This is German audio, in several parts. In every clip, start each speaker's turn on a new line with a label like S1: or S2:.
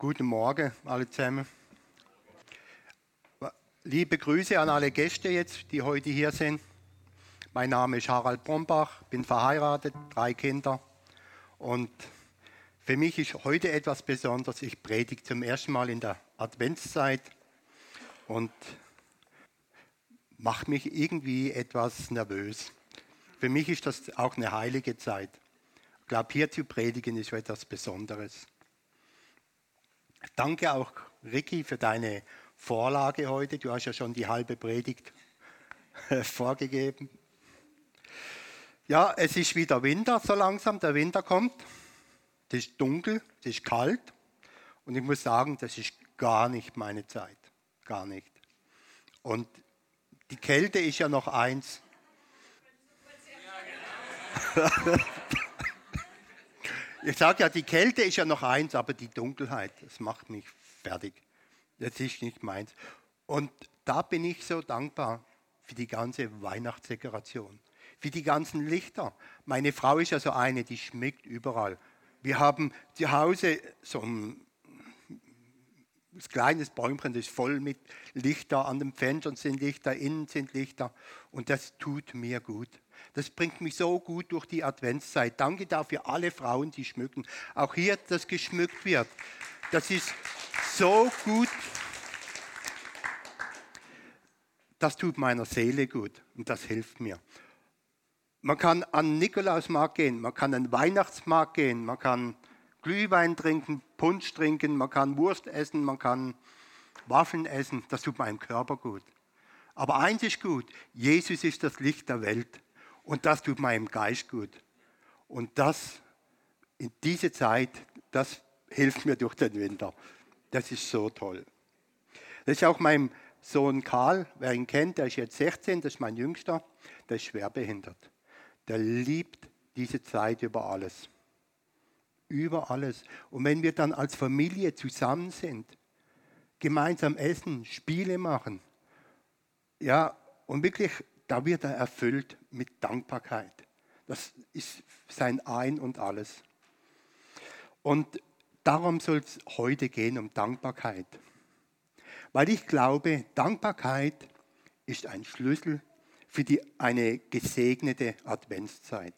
S1: Guten Morgen alle zusammen. Liebe Grüße an alle Gäste jetzt, die heute hier sind. Mein Name ist Harald Brombach, bin verheiratet, 3 Kinder. Und für mich ist heute etwas Besonderes. Ich predige zum ersten Mal in der Adventszeit und mache mich irgendwie etwas nervös. Für mich ist das auch eine heilige Zeit. Ich glaube, hier zu predigen ist etwas Besonderes. Danke auch, Ricky, für deine Vorlage heute. Du hast ja schon die halbe Predigt vorgegeben. Ja, es ist wieder Winter, so langsam. Der Winter kommt. Es ist dunkel, es ist kalt. Und ich muss sagen, das ist gar nicht meine Zeit. Gar nicht. Und die Kälte ist ja noch eins. Ich sage ja, die Kälte ist ja noch eins, aber die Dunkelheit, das macht mich fertig. Das ist nicht meins. Und da bin ich so dankbar für die ganze Weihnachtsdekoration, für die ganzen Lichter. Meine Frau ist ja so eine, die schmückt überall. Wir haben zu Hause so ein kleines Bäumchen, das ist voll mit Lichter. An den Fenstern sind Lichter, innen sind Lichter. Und das tut mir gut. Das bringt mich so gut durch die Adventszeit. Danke dafür alle Frauen, die schmücken. Auch hier, dass geschmückt wird. Das ist so gut. Das tut meiner Seele gut und das hilft mir. Man kann an den Nikolausmarkt gehen, man kann an den Weihnachtsmarkt gehen, man kann Glühwein trinken, Punsch trinken, man kann Wurst essen, man kann Waffeln essen. Das tut meinem Körper gut. Aber eins ist gut, Jesus ist das Licht der Welt. Und das tut meinem Geist gut. Und das, in diese Zeit, das hilft mir durch den Winter. Das ist so toll. Das ist auch mein Sohn Karl, wer ihn kennt, der ist jetzt 16, das ist mein Jüngster, der ist schwerbehindert. Der liebt diese Zeit über alles. Über alles. Und wenn wir dann als Familie zusammen sind, gemeinsam essen, Spiele machen, ja, und wirklich, da wird er erfüllt mit Dankbarkeit. Das ist sein Ein und Alles. Und darum soll es heute gehen, um Dankbarkeit. Weil ich glaube, Dankbarkeit ist ein Schlüssel für eine gesegnete Adventszeit.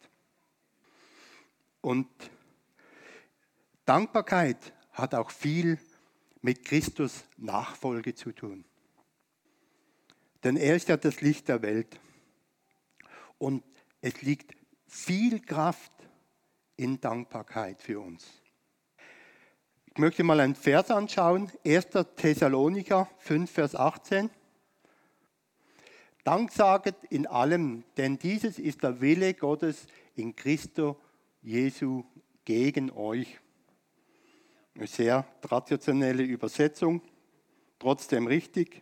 S1: Und Dankbarkeit hat auch viel mit Christus Nachfolge zu tun. Denn er ist ja das Licht der Welt. Und es liegt viel Kraft in Dankbarkeit für uns. Ich möchte mal einen Vers anschauen, 1. Thessalonicher 5, Vers 18. Dank saget in allem, denn dieses ist der Wille Gottes in Christo Jesu gegen euch. Eine sehr traditionelle Übersetzung, trotzdem richtig.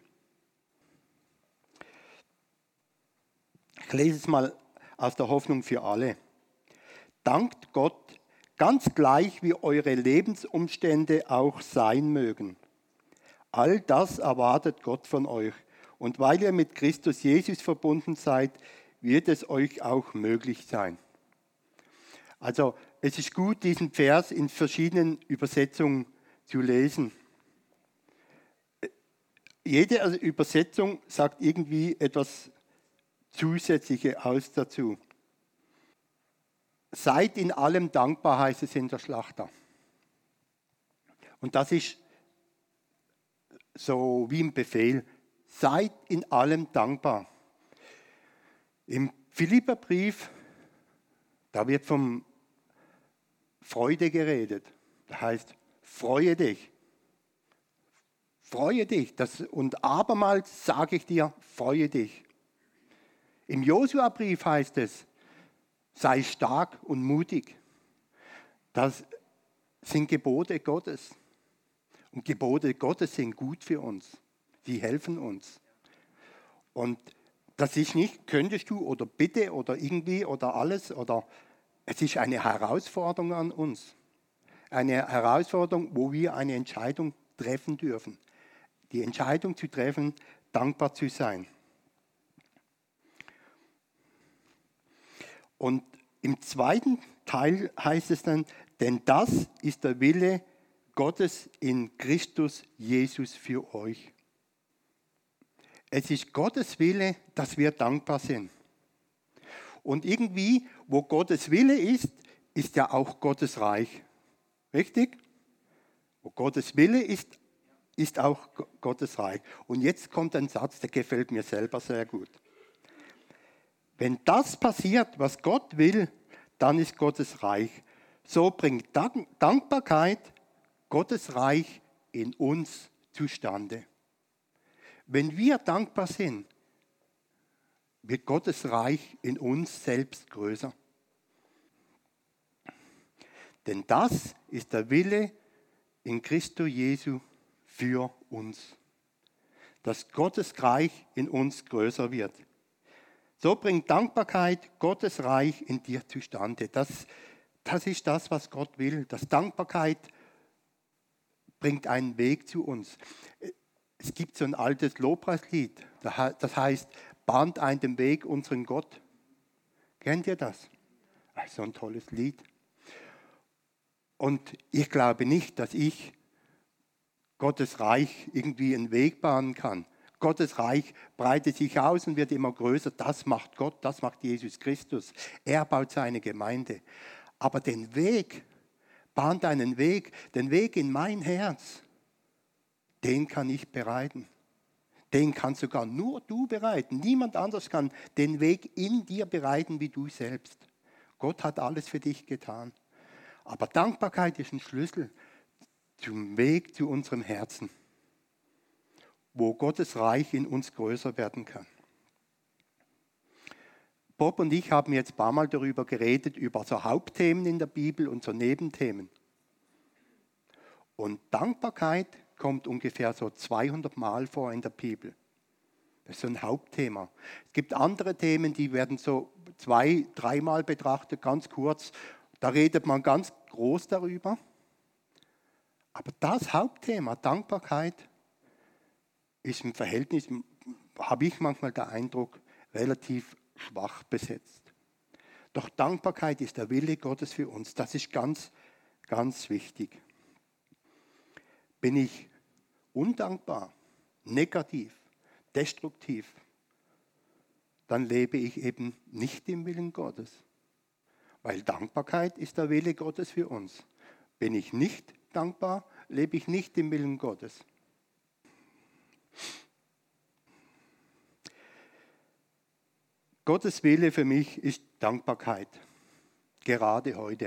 S1: Ich lese es mal aus der Hoffnung für alle. Dankt Gott, ganz gleich wie eure Lebensumstände auch sein mögen. All das erwartet Gott von euch. Und weil ihr mit Christus Jesus verbunden seid, wird es euch auch möglich sein. Also es ist gut, diesen Vers in verschiedenen Übersetzungen zu lesen. Jede Übersetzung sagt irgendwie etwas Zusätzliche aus dazu. Seid in allem dankbar, heißt es in der Schlachter. Und das ist so wie ein Befehl. Seid in allem dankbar. Im Philipperbrief, da wird von Freude geredet. Das heißt, freue dich. Freue dich. Und abermals sage ich dir, freue dich. Im Josua-Brief heißt es, sei stark und mutig. Das sind Gebote Gottes. Und Gebote Gottes sind gut für uns. Sie helfen uns. Und das ist nicht, könntest du oder bitte oder irgendwie oder alles. Oder es ist eine Herausforderung an uns. Eine Herausforderung, wo wir eine Entscheidung treffen dürfen. Die Entscheidung zu treffen, dankbar zu sein. Und im zweiten Teil heißt es dann, denn das ist der Wille Gottes in Christus Jesus für euch. Es ist Gottes Wille, dass wir dankbar sind. Und irgendwie, wo Gottes Wille ist, ist ja auch Gottes Reich. Richtig? Wo Gottes Wille ist, ist auch Gottes Reich. Und jetzt kommt ein Satz, der gefällt mir selber sehr gut. Wenn das passiert, was Gott will, dann ist Gottes Reich. So bringt Dankbarkeit Gottes Reich in uns zustande. Wenn wir dankbar sind, wird Gottes Reich in uns selbst größer. Denn das ist der Wille in Christo Jesu für uns. Dass Gottes Reich in uns größer wird. So bringt Dankbarkeit Gottes Reich in dir zustande. Das ist das, was Gott will. Dass Dankbarkeit bringt einen Weg zu uns. Es gibt so ein altes Lobpreislied, das heißt, bahnt einen den Weg unseren Gott. Kennt ihr das? So ein tolles Lied. Und ich glaube nicht, dass ich Gottes Reich irgendwie einen Weg bahnen kann. Gottes Reich breitet sich aus und wird immer größer. Das macht Gott, das macht Jesus Christus. Er baut seine Gemeinde. Aber den Weg, bahnt einen Weg, den Weg in mein Herz, den kann ich bereiten. Den kann sogar nur du bereiten. Niemand anders kann den Weg in dir bereiten wie du selbst. Gott hat alles für dich getan. Aber Dankbarkeit ist ein Schlüssel zum Weg zu unserem Herzen, wo Gottes Reich in uns größer werden kann. Bob und ich haben jetzt ein paar Mal darüber geredet, über so Hauptthemen in der Bibel und so Nebenthemen. Und Dankbarkeit kommt ungefähr so 200 Mal vor in der Bibel. Das ist so ein Hauptthema. Es gibt andere Themen, die werden so 2-3 Mal betrachtet, ganz kurz. Da redet man ganz groß darüber. Aber das Hauptthema, Dankbarkeit, ist im Verhältnis, habe ich manchmal den Eindruck, relativ schwach besetzt. Doch Dankbarkeit ist der Wille Gottes für uns. Das ist ganz, ganz wichtig. Bin ich undankbar, negativ, destruktiv, dann lebe ich eben nicht im Willen Gottes. Weil Dankbarkeit ist der Wille Gottes für uns. Bin ich nicht dankbar, lebe ich nicht im Willen Gottes. Gottes Wille für mich ist Dankbarkeit, gerade heute.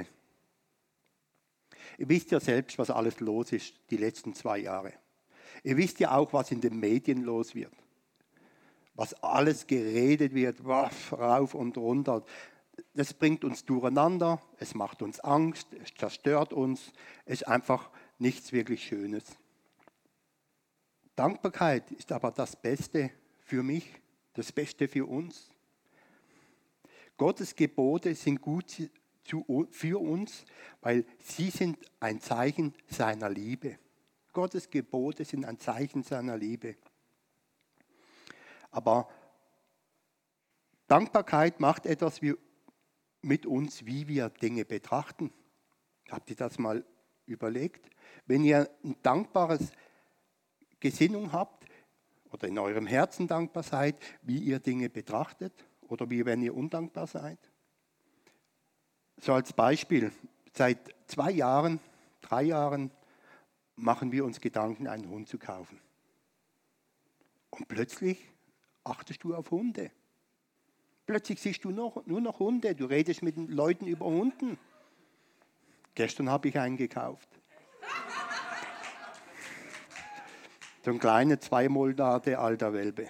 S1: Ihr wisst ja selbst, was alles los ist die letzten 2 Jahre. Ihr wisst ja auch, was in den Medien los wird. Was alles geredet wird, rauf und runter. Das bringt uns durcheinander, es macht uns Angst, es zerstört uns. Es ist einfach nichts wirklich Schönes. Dankbarkeit ist aber das Beste für mich, das Beste für uns. Gottes Gebote sind gut für uns, weil sie sind ein Zeichen seiner Liebe. Gottes Gebote sind ein Zeichen seiner Liebe. Aber Dankbarkeit macht etwas mit uns, wie wir Dinge betrachten. Habt ihr das mal überlegt? Wenn ihr ein dankbares Gesinnung habt oder in eurem Herzen dankbar seid, wie ihr Dinge betrachtet oder wie wenn ihr undankbar seid. So als Beispiel, seit 2 Jahren, 3 Jahren machen wir uns Gedanken, einen Hund zu kaufen. Und plötzlich achtest du auf Hunde. Plötzlich siehst du nur noch Hunde. Du redest mit den Leuten über Hunden. Gestern habe ich einen gekauft. So ein kleiner 2 Monate alter Welpe.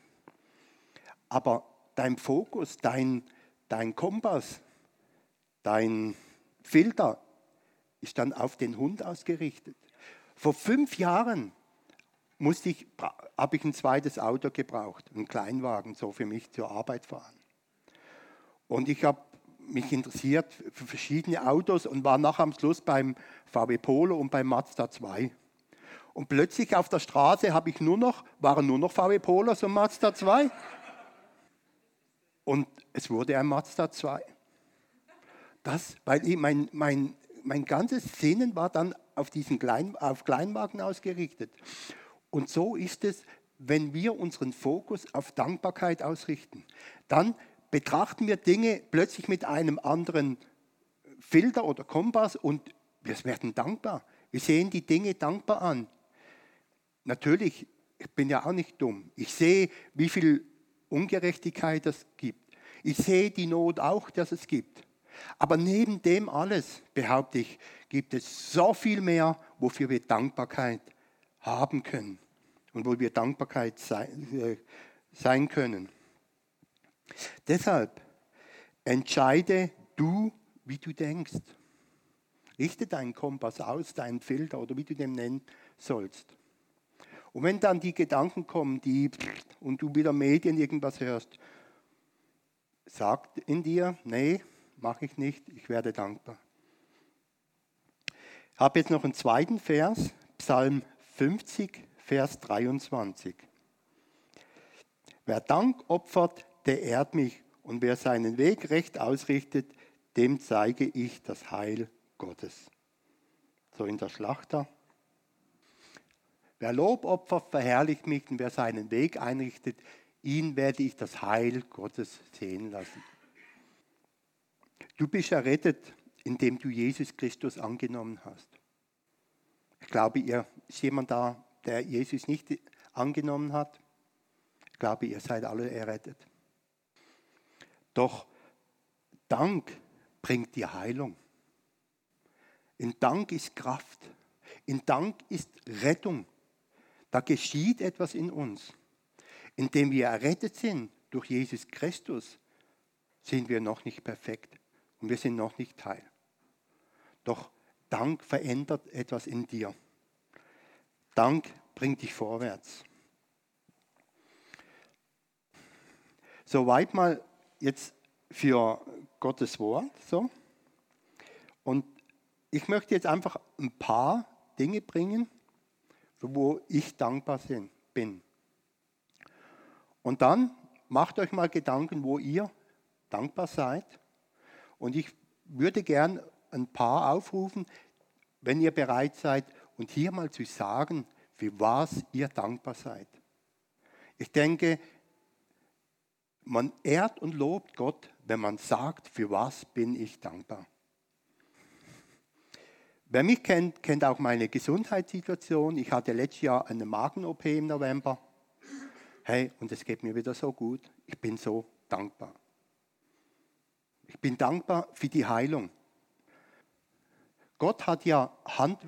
S1: Aber dein Fokus, dein Kompass, dein Filter ist dann auf den Hund ausgerichtet. Vor 5 Jahren habe ich ein zweites Auto gebraucht, einen Kleinwagen, so für mich zur Arbeit fahren. Und ich habe mich interessiert für verschiedene Autos und war nachher am Schluss beim VW Polo und beim Mazda 2. Und plötzlich auf der Straße waren nur noch VW Polos und Mazda 2. Und es wurde ein Mazda 2. Weil mein mein ganzes Sinnen war dann auf Kleinwagen ausgerichtet. Und so ist es, wenn wir unseren Fokus auf Dankbarkeit ausrichten. Dann betrachten wir Dinge plötzlich mit einem anderen Filter oder Kompass und wir werden dankbar. Wir sehen die Dinge dankbar an. Natürlich, ich bin ja auch nicht dumm. Ich sehe, wie viel Ungerechtigkeit es gibt. Ich sehe die Not auch, dass es gibt. Aber neben dem alles, behaupte ich, gibt es so viel mehr, wofür wir Dankbarkeit haben können und wo wir Dankbarkeit sein können. Deshalb entscheide du, wie du denkst. Richte deinen Kompass aus, deinen Filter oder wie du den nennen sollst. Und wenn dann die Gedanken kommen, und du wieder Medien irgendwas hörst, sagt in dir, nee, mache ich nicht, ich werde dankbar. Ich habe jetzt noch einen zweiten Vers, Psalm 50, Vers 23. Wer Dank opfert, der ehrt mich, und wer seinen Weg recht ausrichtet, dem zeige ich das Heil Gottes. So in der Schlachter. Wer Lob opfert, verherrlicht mich, und wer seinen Weg einrichtet, ihn werde ich das Heil Gottes sehen lassen. Du bist errettet, indem du Jesus Christus angenommen hast. Ich glaube, ist jemand da, der Jesus nicht angenommen hat? Ich glaube, ihr seid alle errettet. Doch Dank bringt dir Heilung. In Dank ist Kraft. In Dank ist Rettung. Da geschieht etwas in uns. Indem wir errettet sind durch Jesus Christus, sind wir noch nicht perfekt und wir sind noch nicht Teil. Doch Dank verändert etwas in dir. Dank bringt dich vorwärts. Soweit mal jetzt für Gottes Wort. So. Und ich möchte jetzt einfach ein paar Dinge bringen, wo ich dankbar bin. Und dann macht euch mal Gedanken, wo ihr dankbar seid. Und ich würde gern ein paar aufrufen, wenn ihr bereit seid, und hier mal zu sagen, für was ihr dankbar seid. Ich denke, man ehrt und lobt Gott, wenn man sagt, für was bin ich dankbar. Wer mich kennt, kennt auch meine Gesundheitssituation. Ich hatte letztes Jahr eine Magen-OP im November. Hey, und es geht mir wieder so gut. Ich bin so dankbar. Ich bin dankbar für die Heilung. Gott hat ja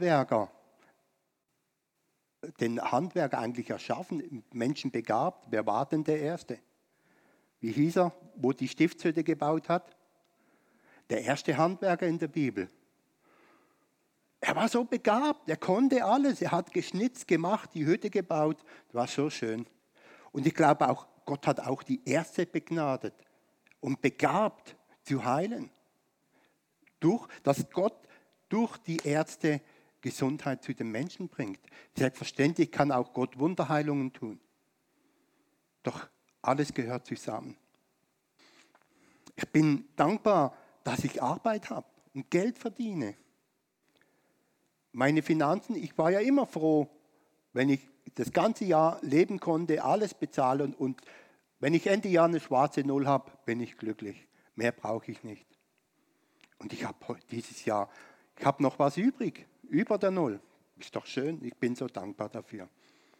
S1: den Handwerker eigentlich erschaffen, Menschen begabt. Wer war denn der Erste? Wie hieß er, wo die Stiftshütte gebaut hat? Der erste Handwerker in der Bibel. Er war so begabt, er konnte alles. Er hat geschnitzt, gemacht, die Hütte gebaut. Das war so schön. Und ich glaube auch, Gott hat auch die Ärzte begnadet und begabt zu heilen. Dass Gott durch die Ärzte Gesundheit zu den Menschen bringt. Selbstverständlich kann auch Gott Wunderheilungen tun. Doch alles gehört zusammen. Ich bin dankbar, dass ich Arbeit habe und Geld verdiene. Meine Finanzen, ich war ja immer froh, wenn ich das ganze Jahr leben konnte, alles bezahlen und wenn ich Ende Jahr eine schwarze Null habe, bin ich glücklich. Mehr brauche ich nicht. Und ich habe dieses Jahr, ich habe noch was übrig, über der Null. Ist doch schön, ich bin so dankbar dafür.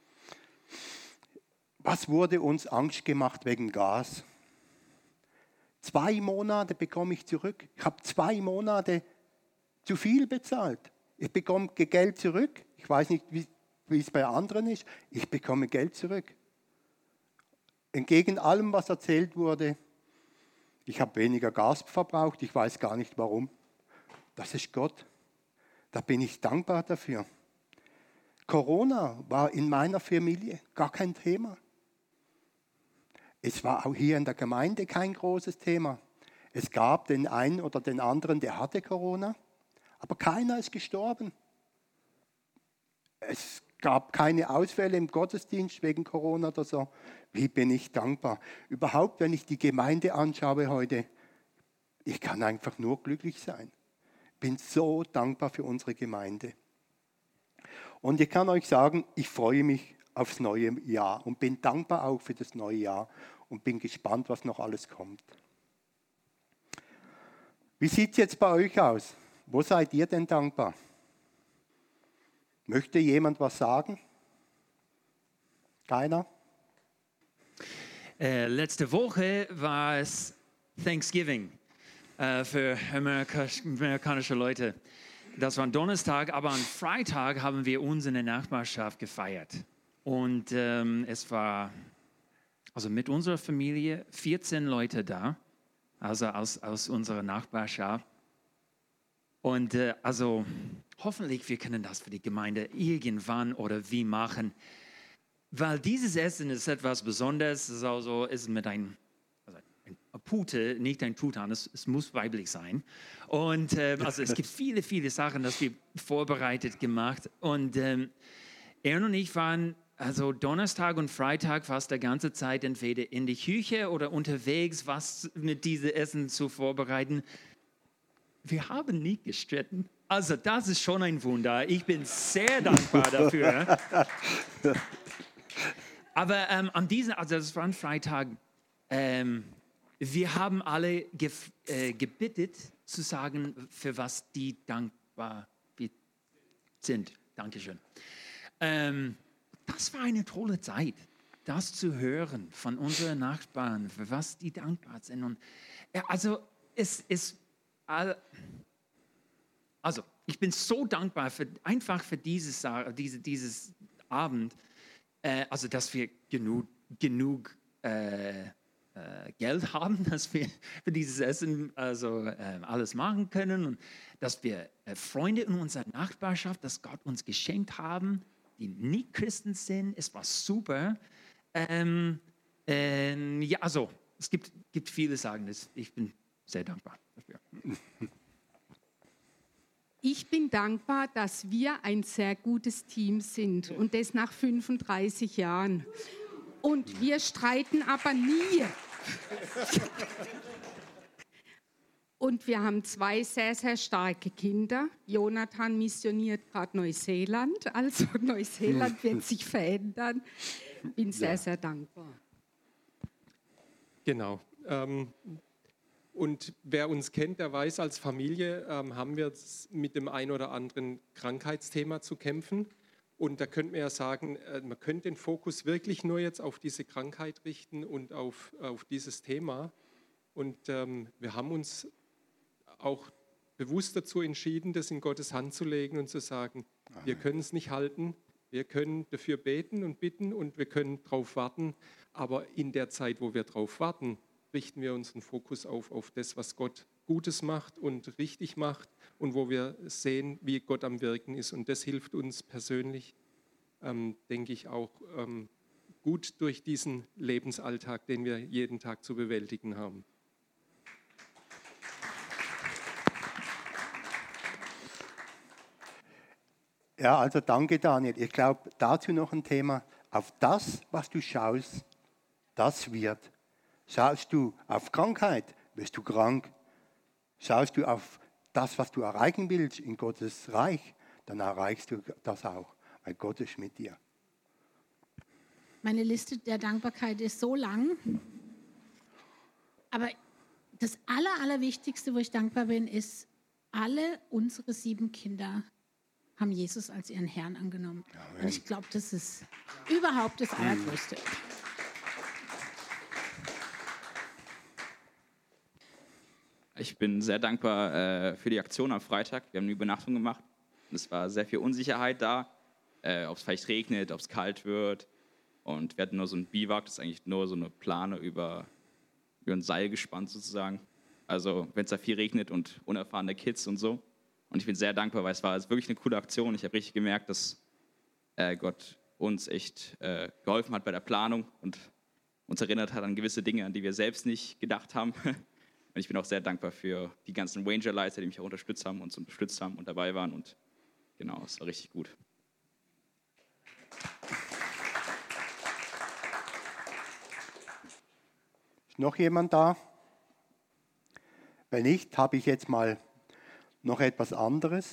S1: Was wurde uns Angst gemacht wegen Gas? 2 Monate bekomme ich zurück. Ich habe 2 Monate zu viel bezahlt. Ich bekomme Geld zurück. Ich weiß nicht, wie es bei anderen ist. Ich bekomme Geld zurück. Entgegen allem, was erzählt wurde, ich habe weniger Gas verbraucht. Ich weiß gar nicht warum. Das ist Gott. Da bin ich dankbar dafür. Corona war in meiner Familie gar kein Thema. Es war auch hier in der Gemeinde kein großes Thema. Es gab den einen oder den anderen, der hatte Corona, aber keiner ist gestorben. Es gab keine Ausfälle im Gottesdienst wegen Corona oder so. Wie bin ich dankbar. Überhaupt, wenn ich die Gemeinde anschaue heute, ich kann einfach nur glücklich sein. Bin so dankbar für unsere Gemeinde. Und ich kann euch sagen, ich freue mich aufs neue Jahr und bin dankbar auch für das neue Jahr und bin gespannt, was noch alles kommt. Wie sieht es jetzt bei euch aus? Wo seid ihr denn dankbar? Möchte jemand was sagen? Keiner?
S2: Letzte Woche war es Thanksgiving für amerikanische Leute. Das war ein Donnerstag, aber am Freitag haben wir uns in der Nachbarschaft gefeiert. Und es war also mit unserer Familie 14 Leute da, also aus unserer Nachbarschaft. Und also hoffentlich wir können das für die Gemeinde irgendwann oder wie machen. Weil dieses Essen ist etwas Besonderes, es ist also ist mit ein Pute, nicht ein Truthahn, es muss weiblich sein. Und also es gibt viele, viele Sachen, das wir vorbereitet gemacht. Und er und ich waren also Donnerstag und Freitag fast die ganze Zeit entweder in die Küche oder unterwegs, was mit diesem Essen zu vorbereiten. Wir haben nie gestritten. Also das ist schon ein Wunder. Ich bin sehr dankbar dafür. Aber an diesem, also das war ein Freitag, wir haben alle gebeten zu sagen, für was die dankbar sind. Dankeschön. Das war eine tolle Zeit, das zu hören von unseren Nachbarn, für was die dankbar sind. Und also es ist, also ich bin so dankbar einfach für dieses Abend, also dass wir genug Geld haben, dass wir für dieses Essen also alles machen können und dass wir Freunde in unserer Nachbarschaft, dass Gott uns geschenkt haben, die nicht Christen sind. Es war super. Ja, also es gibt viele Sagen. Ich bin sehr dankbar dafür.
S3: Ich bin dankbar, dass wir ein sehr gutes Team sind und das nach 35 Jahren. Und wir streiten aber nie. Und wir haben 2 sehr, sehr starke Kinder. Jonathan missioniert gerade Neuseeland, also Neuseeland wird sich verändern. Bin sehr, sehr dankbar.
S4: Genau. Und wer uns kennt, der weiß, als Familie haben wir mit dem ein oder anderen Krankheitsthema zu kämpfen. Und da könnte man ja sagen, man könnte den Fokus wirklich nur jetzt auf diese Krankheit richten und auf dieses Thema. Und wir haben uns auch bewusst dazu entschieden, das in Gottes Hand zu legen und zu sagen, wir können es nicht halten, wir können dafür beten und bitten und wir können darauf warten. Aber in der Zeit, wo wir darauf warten, richten wir unseren Fokus auf das, was Gott Gutes macht und richtig macht und wo wir sehen, wie Gott am Wirken ist. Und das hilft uns persönlich, denke ich, auch gut durch diesen Lebensalltag, den wir jeden Tag zu bewältigen haben.
S1: Ja, also danke Daniel. Ich glaube, dazu noch ein Thema. Auf das, was du schaust, das wird. Schaust du auf Krankheit, wirst du krank. Schaust du auf das, was du erreichen willst in Gottes Reich, dann erreichst du das auch, weil Gott ist mit dir.
S5: Meine Liste der Dankbarkeit ist so lang. Aber das Allerwichtigste, wo ich dankbar bin, ist, alle unsere 7 Kinder haben Jesus als ihren Herrn angenommen. Amen. Und ich glaube, das ist überhaupt das Allergrößte.
S6: Ich bin sehr dankbar für die Aktion am Freitag. Wir haben eine Übernachtung gemacht. Es war sehr viel Unsicherheit da, ob es vielleicht regnet, ob es kalt wird. Und wir hatten nur so ein Biwak, das ist eigentlich nur so eine Plane über ein Seil gespannt sozusagen. Also wenn es da viel regnet und unerfahrene Kids und so. Und ich bin sehr dankbar, weil es war wirklich eine coole Aktion. Ich habe richtig gemerkt, dass Gott uns echt geholfen hat bei der Planung und uns erinnert hat an gewisse Dinge, an die wir selbst nicht gedacht haben. Und ich bin auch sehr dankbar für die ganzen Ranger-Leiter, die mich auch unterstützt haben, uns unterstützt haben und dabei waren. Und genau, es war richtig gut.
S1: Ist noch jemand da? Wenn nicht, habe ich jetzt mal noch etwas anderes.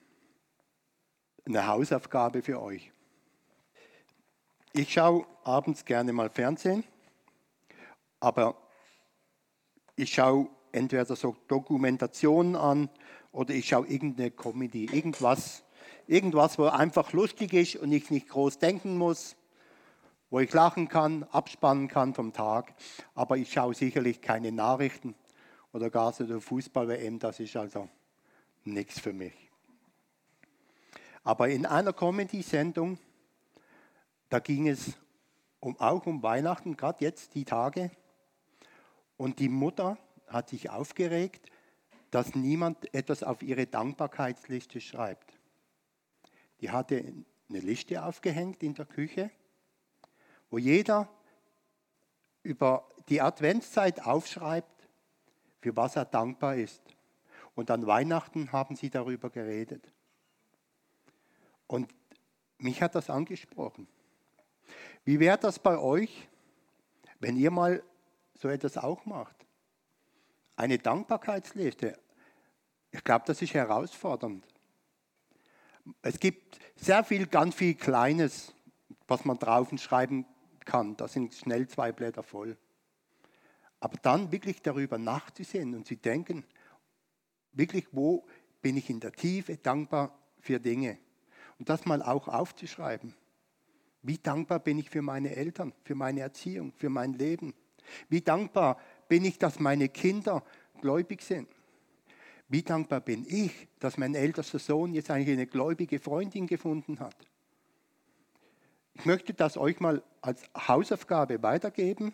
S1: Eine Hausaufgabe für euch. Ich schaue abends gerne mal Fernsehen, aber ich schaue entweder so Dokumentationen an oder ich schaue irgendeine Comedy, irgendwas, wo einfach lustig ist und ich nicht groß denken muss, wo ich lachen kann, abspannen kann vom Tag. Aber ich schaue sicherlich keine Nachrichten oder gar so eine Fußball-WM, das ist also nichts für mich. Aber in einer Comedy-Sendung, da ging es auch um Weihnachten, gerade jetzt die Tage. Und die Mutter hat sich aufgeregt, dass niemand etwas auf ihre Dankbarkeitsliste schreibt. Die hatte eine Liste aufgehängt in der Küche, wo jeder über die Adventszeit aufschreibt, für was er dankbar ist. Und an Weihnachten haben sie darüber geredet. Und mich hat das angesprochen. Wie wäre das bei euch, wenn ihr mal so etwas auch macht? Eine Dankbarkeitsliste. Ich glaube, das ist herausfordernd. Es gibt ganz viel Kleines, was man drauf schreiben kann. Da sind schnell 2 Blätter voll. Aber dann wirklich darüber nachzusehen und zu denken, wirklich, wo bin ich in der Tiefe dankbar für Dinge? Und das mal auch aufzuschreiben. Wie dankbar bin ich für meine Eltern, für meine Erziehung, für mein Leben? Wie dankbar bin ich, dass meine Kinder gläubig sind? Wie dankbar bin ich, dass mein ältester Sohn jetzt eigentlich eine gläubige Freundin gefunden hat? Ich möchte das euch mal als Hausaufgabe weitergeben.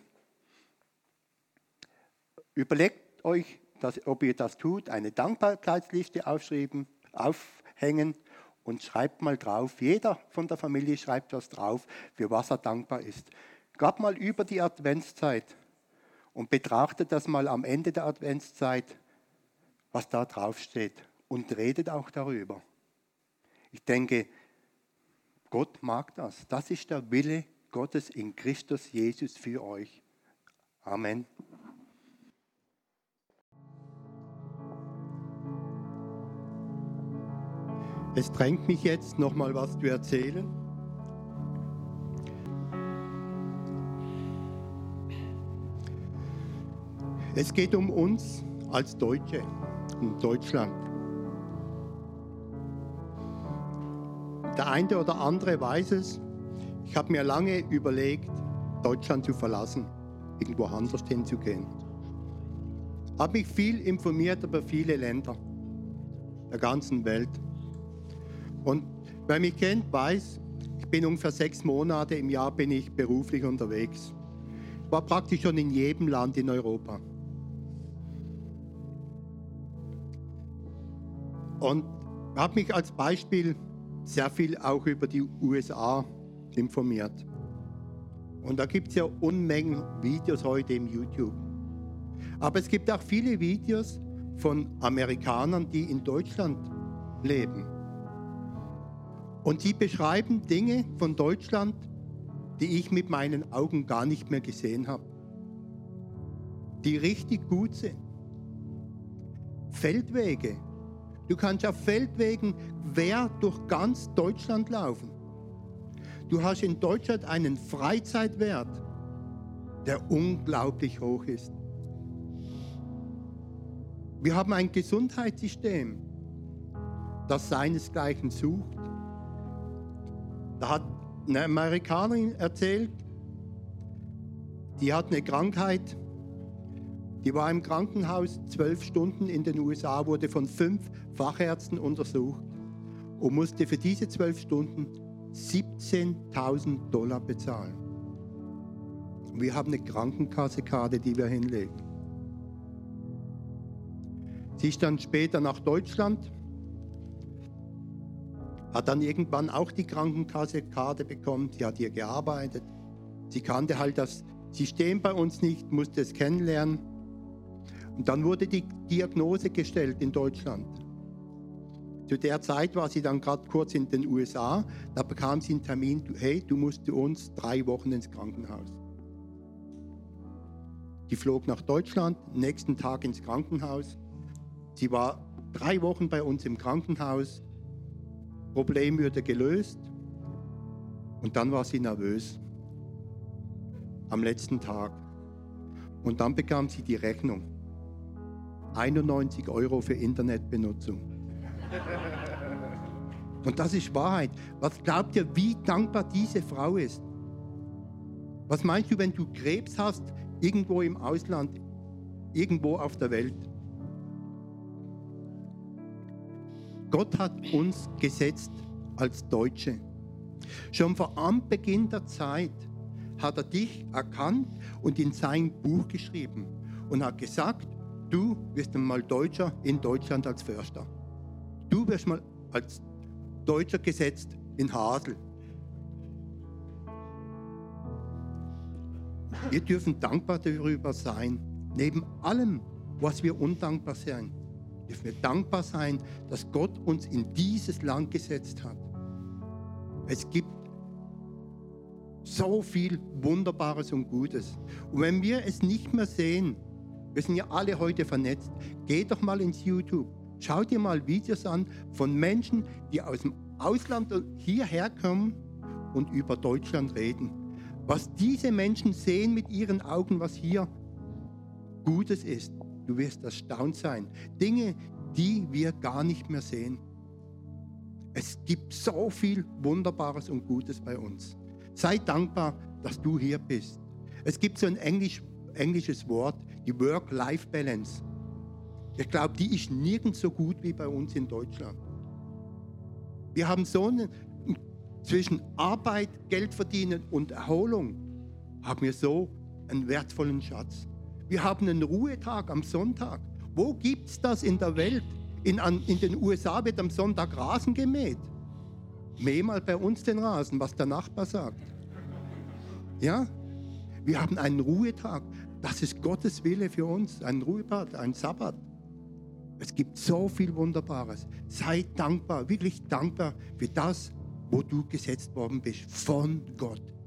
S1: Überlegt euch, ob ihr das tut, eine Dankbarkeitsliste aufhängen und schreibt mal drauf. Jeder von der Familie schreibt was drauf, für was er dankbar ist. Gerade mal über die Adventszeit und betrachtet das mal am Ende der Adventszeit, was da drauf steht und redet auch darüber. Ich denke, Gott mag das. Das ist der Wille Gottes in Christus Jesus für euch. Amen. Es drängt mich jetzt, noch mal was zu erzählen. Es geht um uns als Deutsche, um Deutschland. Der eine oder andere weiß es. Ich habe mir lange überlegt, Deutschland zu verlassen, irgendwo anders hinzugehen. Habe mich viel informiert über viele Länder der ganzen Welt. Und wer mich kennt, weiß, ich bin ungefähr 6 Monate im Jahr bin ich beruflich unterwegs. Ich war praktisch schon in jedem Land in Europa. Und habe mich als Beispiel sehr viel auch über die USA informiert. Und da gibt es ja Unmengen Videos heute im YouTube. Aber es gibt auch viele Videos von Amerikanern, die in Deutschland leben. Und die beschreiben Dinge von Deutschland, die ich mit meinen Augen gar nicht mehr gesehen habe. Die richtig gut sind. Feldwege. Du kannst auf Feldwegen quer durch ganz Deutschland laufen. Du hast in Deutschland einen Freizeitwert, der unglaublich hoch ist. Wir haben ein Gesundheitssystem, das seinesgleichen sucht. Da hat eine Amerikanerin erzählt, die hat eine Krankheit, die war im Krankenhaus 12 Stunden in den USA, wurde von 5 Fachärzten untersucht und musste für diese 12 Stunden $17.000 bezahlen. Wir haben eine Krankenkassekarte, die wir hinlegen. Sie ist dann später nach Deutschland, hat dann irgendwann auch die Krankenkassekarte bekommen. Sie hat hier gearbeitet. Sie kannte halt das System bei uns nicht, musste es kennenlernen. Und dann wurde die Diagnose gestellt in Deutschland. Zu der Zeit war sie dann gerade kurz in den USA. Da bekam sie einen Termin, hey, du musst zu uns 3 Wochen ins Krankenhaus. Die flog nach Deutschland, nächsten Tag ins Krankenhaus. Sie war 3 Wochen bei uns im Krankenhaus. Problem würde gelöst. Und dann war sie nervös. Am letzten Tag. Und dann bekam sie die Rechnung. 91 € für Internetbenutzung. Und das ist Wahrheit. Was glaubt ihr, wie dankbar diese Frau ist? Was meinst du, wenn du Krebs hast, irgendwo im Ausland, irgendwo auf der Welt? Gott hat uns gesetzt als Deutsche. Schon vor Anbeginn der Zeit hat er dich erkannt und in sein Buch geschrieben und hat gesagt, du wirst einmal Deutscher in Deutschland als Förster. Du wirst mal als Deutscher gesetzt in Hasel. Wir dürfen dankbar darüber sein, neben allem, was wir undankbar sind, dürfen wir dankbar sein, dass Gott uns in dieses Land gesetzt hat. Es gibt so viel Wunderbares und Gutes. Und wenn wir es nicht mehr sehen, wir sind ja alle heute vernetzt, geh doch mal ins YouTube, schau dir mal Videos an von Menschen, die aus dem Ausland hierher kommen und über Deutschland reden. Was diese Menschen sehen mit ihren Augen, was hier Gutes ist, du wirst erstaunt sein. Dinge, die wir gar nicht mehr sehen. Es gibt so viel Wunderbares und Gutes bei uns. Sei dankbar, dass du hier bist. Es gibt so ein englisches Wort, die Work-Life-Balance. Ich glaube, die ist nirgends so gut wie bei uns in Deutschland. Wir haben so zwischen Arbeit, Geld verdienen und Erholung haben wir so einen wertvollen Schatz. Wir haben einen Ruhetag am Sonntag. Wo gibt es das in der Welt? In den USA wird am Sonntag Rasen gemäht. Mäh mal bei uns den Rasen, was der Nachbar sagt. Ja? Wir haben einen Ruhetag. Das ist Gottes Wille für uns. Ein Ruhetag, ein Sabbat. Es gibt so viel Wunderbares. Sei dankbar, wirklich dankbar für das, wo du gesetzt worden bist von Gott.